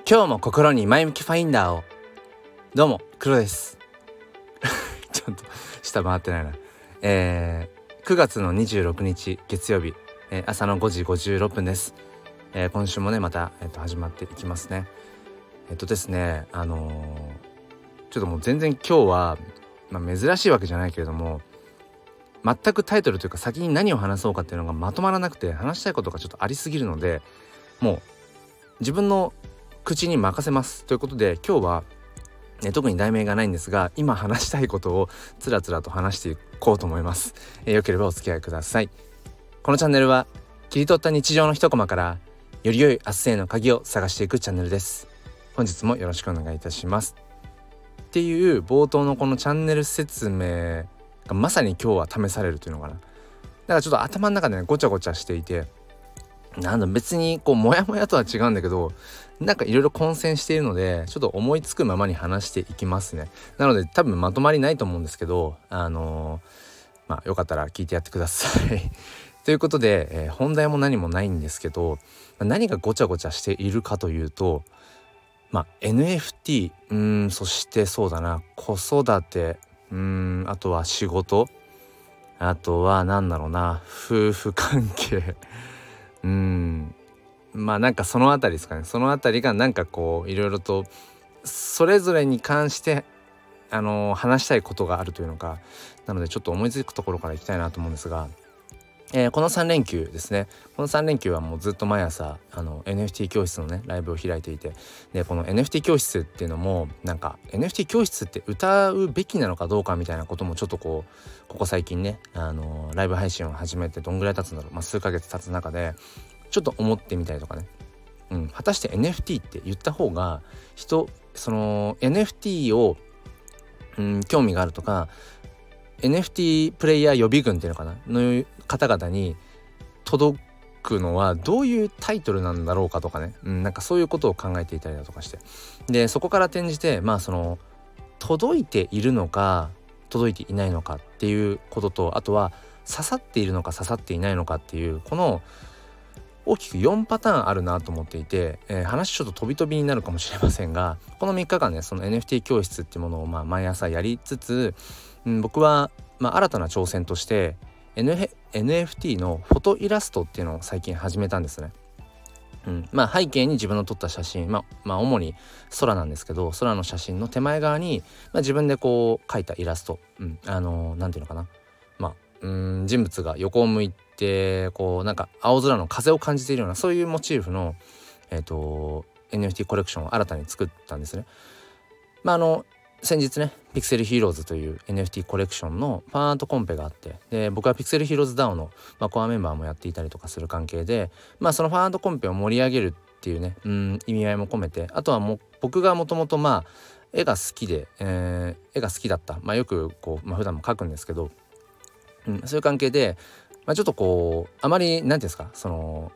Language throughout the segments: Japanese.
今日も心に前向きファインダーを。どうも黒ですちょっと下回ってないな。9月の26日月曜日、朝の5時56分です。今週もねまた、始まっていきますね。ですねちょっともう全然今日は、珍しいわけじゃないけれども、全くタイトルというか先に何を話そうかっていうのがまとまらなくて、話したいことがちょっとありすぎるので、もう自分の口に任せますということで、今日は、特に題名がないんですが、今話したいことをつらつらと話していこうと思います。よければお付き合いください。このチャンネルは切り取った日常の一コマからより良い明日への鍵を探していくチャンネルです。本日もよろしくお願いいたしますっていう冒頭のこのチャンネル説明がまさに今日は試されるというのかな。だからちょっと頭の中でねごちゃごちゃしていて、別にこうモヤモヤとは違うんだけど、なんかいろいろ混戦しているので、ちょっと思いつくままに話していきますね。なので多分まとまりないと思うんですけど、よかったら聞いてやってくださいということで、本題も何もないんですけど、何がごちゃごちゃしているかというと、NFT、そしてそうだな、子育て、あとは仕事、あとは夫婦関係なんかそのあたりですかね。そのあたりがなんかこういろいろとそれぞれに関して話したいことがあるというのかなので、ちょっと思いつくところからいきたいなと思うんですが、この3連休ですね。この3連休はもうずっと毎朝NFT 教室のねライブを開いていて、でこの NFT 教室っていうのもなんか NFT 教室って歌うべきなのかどうかみたいなこともちょっとここ最近ねライブ配信を始めてどんぐらい経つんだろう、数ヶ月経つ中でちょっと思ってみたりとかね、果たして NFT って言った方がその NFT を、興味があるとか NFT プレイヤー予備軍っていうのかなの方々に届くのはどういうタイトルなんだろうかとかね、なんかそういうことを考えていたりだとかして、でそこから転じて届いているのか届いていないのかっていうことと、あとは刺さっているのか刺さっていないのかっていう、この大きく4パターンあるなと思っていて、話ちょっと飛び飛びになるかもしれませんが、この3日間ねその NFT 教室っていうものを毎朝やりつつ、僕は新たな挑戦として NFT のフォトイラストっていうのを最近始めたんですね。背景に自分の撮った写真、主に空なんですけど、空の写真の手前側に、自分でこう描いたイラスト、なんていうのかな、人物が横を向いてこうなんか青空の風を感じているような、そういうモチーフの、NFT コレクションを新たに作ったんですね。先日ねピクセルヒーローズという NFT コレクションのファンアートコンペがあって、で僕はピクセルヒーローズ DAO の、コアメンバーもやっていたりとかする関係で、そのファンアートコンペを盛り上げるっていうね、意味合いも込めて、あとは僕がもともと絵が好きで、絵が好きだった、よくこう、普段も描くんですけど、そういう関係で、ちょっとこうあまりなんていうんですか、その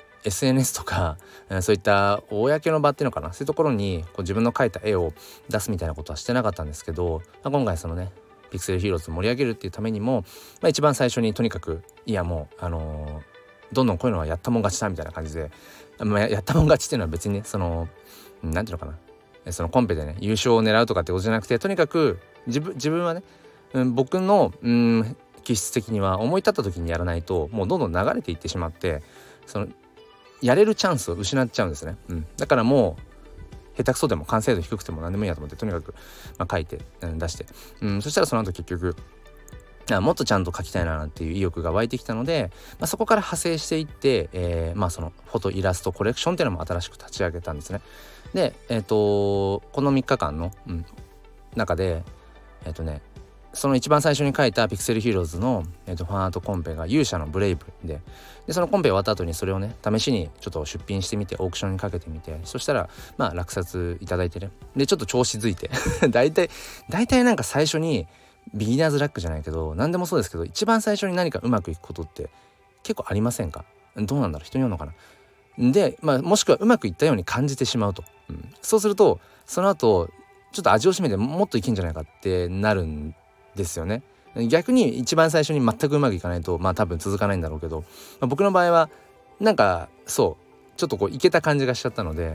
SNS とかそういった公の場っていうのかな、そういうところにこう自分の描いた絵を出すみたいなことはしてなかったんですけど、今回そのねピクセルヒーローズを盛り上げるっていうためにも、一番最初にとにかくもうどんどんこういうのはやったもん勝ちだみたいな感じで、やったもん勝ちっていうのは別にねそのなんていうのかな、そのコンペでね優勝を狙うとかってことじゃなくて、とにかく自分はね、僕の気質的には思い立った時にやらないともうどんどん流れていってしまって、そのやれるチャンスを失っちゃうんですね。だからもう下手くそでも完成度低くても何でもいいやと思って、とにかく書いて出して、そしたらその後結局もっとちゃんと書きたいななんていう意欲が湧いてきたので、そこから派生していって、そのフォトイラストコレクションっていうのも新しく立ち上げたんですね。でこの3日間の、中でその一番最初に書いたピクセルヒーローズの、ファンアートコンペが勇者のブレイブで、そのコンペ終わった後にそれをね試しにちょっと出品してみて、オークションにかけてみて、そしたら落札いただいてね、でちょっと調子づいて大体なんか最初にビギナーズラックじゃないけど、何でもそうですけど、一番最初に何かうまくいくことって結構ありませんか？どうなんだろう、人によるのかな。でもしくはうまくいったように感じてしまうと、そうするとその後ちょっと味を占めてもっといけんじゃないかってなるんですよね。逆に一番最初に全くうまくいかないと多分続かないんだろうけど、僕の場合はなんかそうちょっとこういけた感じがしちゃったので、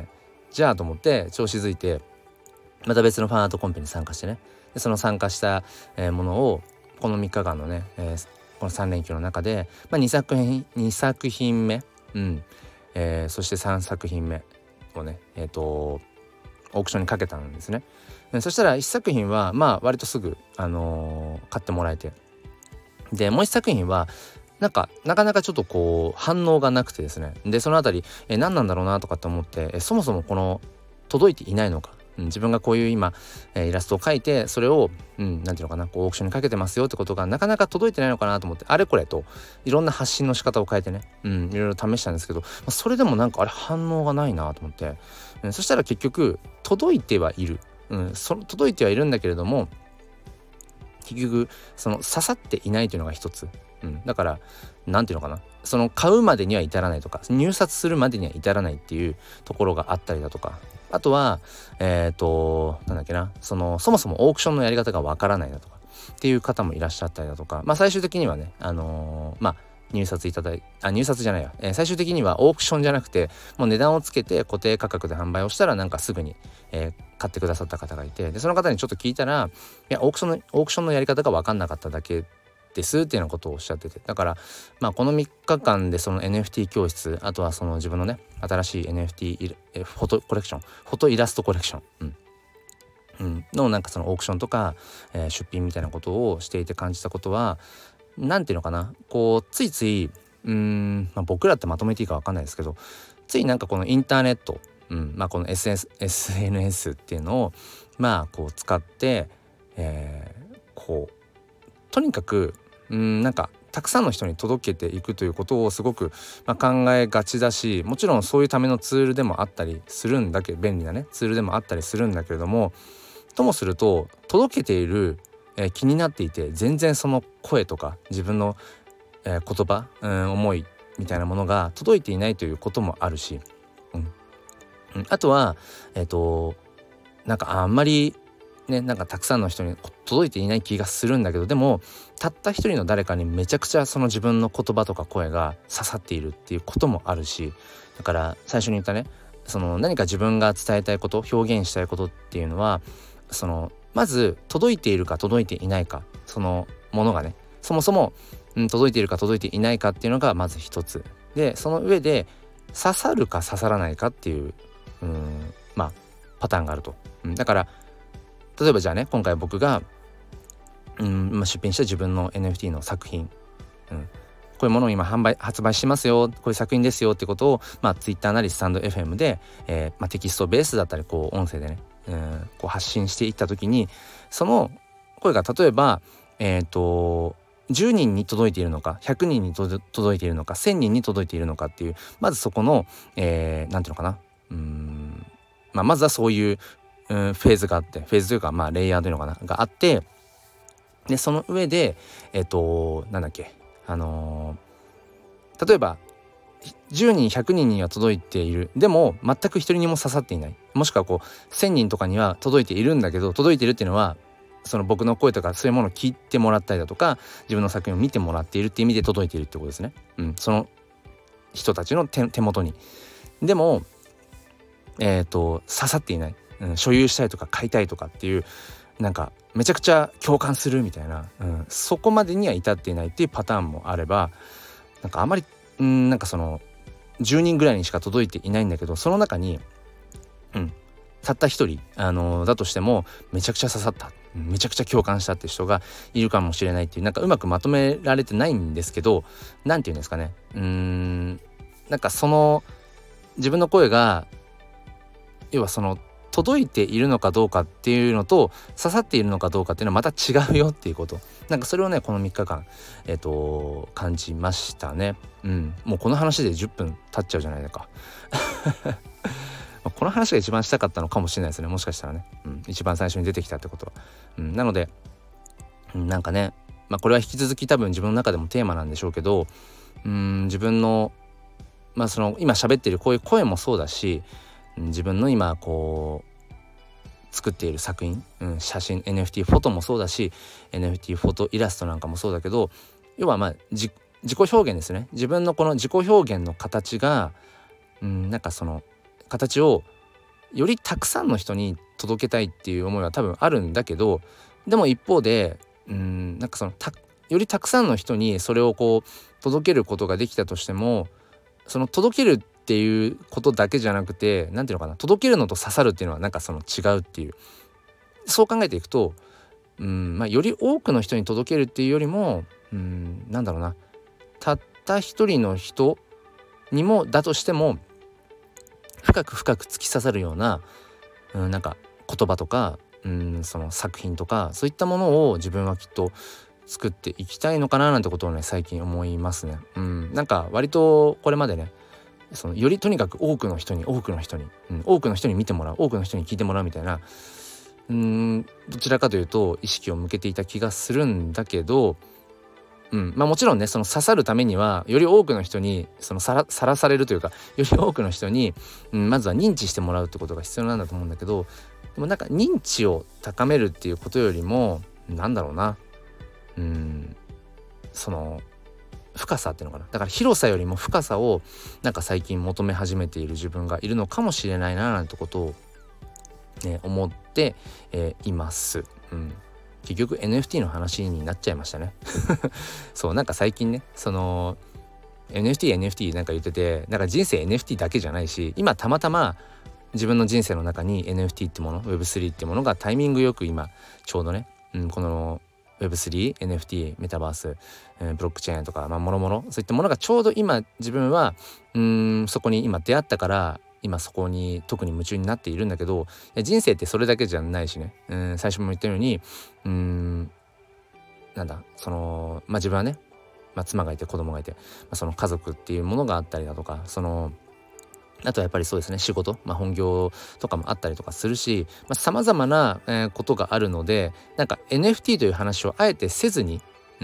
じゃあと思って調子づいてまた別のファンアートコンペに参加してね、でその参加した、ものをこの3日間のね、この3連休の中で、2作品目、そして3作品目をねオークションにかけたんですね。そしたら1作品は割とすぐ、買ってもらえて、でもう1作品はなかなかちょっとこう反応がなくてですね、でそのあたり何なんだろうなとかって思って、そもそもこの届いていないのか、自分がこういう今、イラストを描いてそれを、なんていうのかな、こうオークションにかけてますよってことがなかなか届いてないのかなと思って、あれこれといろんな発信の仕方を変えてね、いろいろ試したんですけど、それでもなんかあれ反応がないなと思って、そしたら結局届いてはいる、届いてはいるんだけれども結局その刺さっていないというのが一つ、だからなんていうのかな、その買うまでには至らないとか入札するまでには至らないっていうところがあったりだとか、あとはなんだっけな、そもそもオークションのやり方がわからないだとかっていう方もいらっしゃったりだとか、最終的にはね入札いただい入札じゃないや、最終的にはオークションじゃなくてもう値段をつけて固定価格で販売をしたらなんかすぐに、買ってくださった方がいて、でその方にちょっと聞いたら、いやオークションのやり方が分かんなかっただけですっていうようなことをおっしゃってて、だからこの3日間でその NFT 教室、あとはその自分のね新しい NFT フォトコレクション、フォトイラストコレクション、のなんかそのオークションとか、出品みたいなことをしていて感じたことは、なんていうのかな、こうついつい僕らってまとめていいか分かんないですけど、ついなんかこのインターネット、この SNS っていうのをこう使って、こうとにかくなんかたくさんの人に届けていくということをすごく、考えがちだし、もちろんそういうためのツールでもあったりするんだけど、便利なねツールでもあったりするんだけれども、ともすると届けている、気になっていて全然その声とか自分の、言葉、思いみたいなものが届いていないということもあるし、あとはなんかあんまりね、なんかたくさんの人に届いていない気がするんだけど、でもたった一人の誰かにめちゃくちゃその自分の言葉とか声が刺さっているっていうこともあるし、だから最初に言ったね、その何か自分が伝えたいこと、表現したいことっていうのは、そのまず届いているか届いていないか、そのものがねそもそも、届いているか届いていないかっていうのがまず一つで、その上で刺さるか刺さらないかっていうパターンがあると。だから例えばじゃあね、今回僕が、出品した自分の NFT の作品、こういうものを今発売してますよ、こういう作品ですよってことを、Twitter なりスタンド FM で、テキストベースだったりこう音声でね、こう発信していった時に、その声が例えば10人に届いているのか100人に届いているのか1000人に届いているのかっていう、まずそこの、なんていうのかな、まずはそういうフェーズがあって、フェーズというかレイヤーというのかながあって、でその上でなんだっけ、例えば10人100人には届いている、でも全く一人にも刺さっていない、もしくはこう1000人とかには届いているんだけど、届いているっていうのはその僕の声とかそういうものを聞いてもらったりだとか、自分の作品を見てもらっているっていう意味で届いているってことですね。その人たちの手元に。でも刺さっていない、所有したいとか買いたいとかっていう、なんかめちゃくちゃ共感するみたいな、そこまでには至っていないっていうパターンもあれば、なんかあまりなんかその10人ぐらいにしか届いていないんだけど、その中に、たった一人、だとしてもめちゃくちゃ刺さった、めちゃくちゃ共感したって人がいるかもしれないっていう、なんかうまくまとめられてないんですけど、なんていうんですかね、なんかその自分の声が要はその届いているのかどうかっていうのと刺さっているのかどうかっていうのはまた違うよっていうこと、なんかそれをねこの3日間感じましたね。もうこの話で10分経っちゃうじゃないかこの話が一番したかったのかもしれないですね、もしかしたらね、一番最初に出てきたってことは、なので、なんかね、これは引き続き多分自分の中でもテーマなんでしょうけど、自分のその今喋っているこういう声もそうだし、自分の今こう作っている作品、写真 NFT フォトもそうだし NFT フォトイラストなんかもそうだけど、要は自己表現ですね。自分のこの自己表現の形が、なんかその形をよりたくさんの人に届けたいっていう思いは多分あるんだけど、でも一方でなんかよりたくさんの人にそれをこう届けることができたとしても、その届けるっていうことだけじゃなくて、なんていうのかな、届けるのと刺さるっていうのはなんかその違うっていう、そう考えていくとより多くの人に届けるっていうよりもなんだろうな、たった一人の人にもだとしても深く深く突き刺さるような、なんか言葉とかその作品とかそういったものを自分はきっと作っていきたいのかななんてことをね最近思いますね。なんか割とこれまでね、よりとにかく多くの人に多くの人に見てもらう、多くの人に聞いてもらうみたいなどちらかというと意識を向けていた気がするんだけど、もちろんね、その刺さるためにはより多くの人にさらされるというか、より多くの人に、まずは認知してもらうってことが必要なんだと思うんだけど、でもなんか認知を高めるっていうことよりもなんだろうな、その深さっていうのかな、だから広さよりも深さをなんか最近求め始めている自分がいるのかもしれないななんてことを思って、います。結局 NFT の話になっちゃいましたねそう、なんか最近ね、NFT なんか言ってて、なんか人生 NFT だけじゃないし、今たまたま自分の人生の中に NFT ってもの Web3 ってものがタイミングよく今ちょうどね、この Web3、NFT、メタバース、ブロックチェーンとかもろもろそういったものがちょうど今自分はそこに今出会ったから今そこに特に夢中になっているんだけど、人生ってそれだけじゃないしね、最初も言ったようになんだ自分はね、妻がいて子供がいて、その家族っていうものがあったりだとか、あとはやっぱりそうですね、仕事、本業とかもあったりとかするし、様々な、ことがあるので、なんか NFT という話をあえてせずに、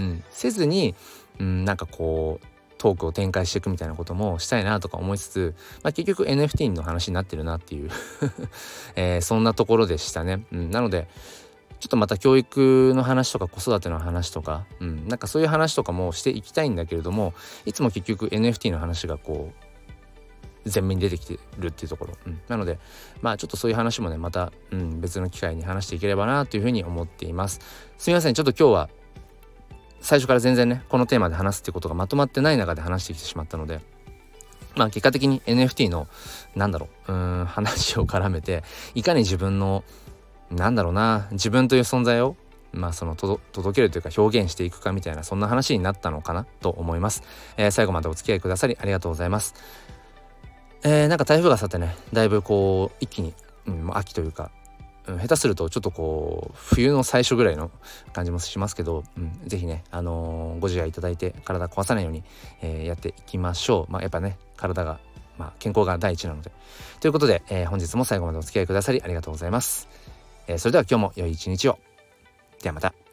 なんかこうトークを展開していくみたいなこともしたいなとか思いつつ、結局 NFT の話になってるなっていう、そんなところでしたね。なのでちょっとまた教育の話とか子育ての話とか、なんかそういう話とかもしていきたいんだけれども、いつも結局 NFT の話がこう前面に出てきてるっていうところ、なのでちょっとそういう話もねまた、別の機会に話していければなというふうに思っています。すみません、ちょっと今日は最初から全然ねこのテーマで話すっていうことがまとまってない中で話してきてしまったので、結果的に NFT の話を絡めて、いかに自分の自分という存在を届けるというか表現していくかみたいな、そんな話になったのかなと思います。最後までお付き合いくださりありがとうございます。なんか台風が去ってね、だいぶこう一気に、秋というか、下手するとちょっとこう冬の最初ぐらいの感じもしますけど、ぜひね、ご自愛いただいて体壊さないように、やっていきましょう。やっぱね体が、健康が第一なのでということで、本日も最後までお付き合いくださりありがとうございます。それでは今日も良い一日を。ではまた。